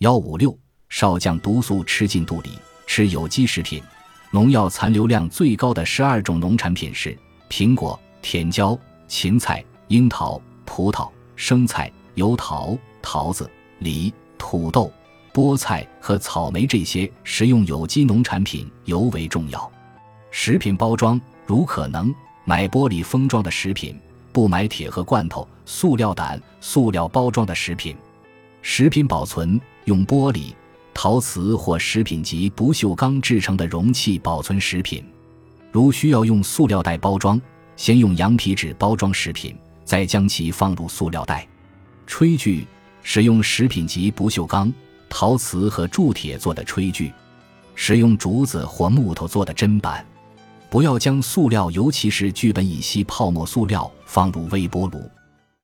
156少将毒素吃进肚里。吃有机食品，农药残留量最高的12种农产品是苹果、甜椒、芹菜、樱桃、葡萄、生菜、油桃、桃子、梨、土豆、菠菜和草莓。这些食用有机农产品尤为重要。食品包装如可能买玻璃封装的食品，不买铁盒罐头、塑料袋、塑料包装的食品。食品保存用玻璃、陶瓷或食品级不锈钢制成的容器保存食品。如需要用塑料袋包装，先用羊皮纸包装食品，再将其放入塑料袋。炊具使用食品级不锈钢、陶瓷和铸铁做的炊具，使用竹子或木头做的砧板。不要将塑料，尤其是聚苯乙烯泡沫塑料放入微波炉。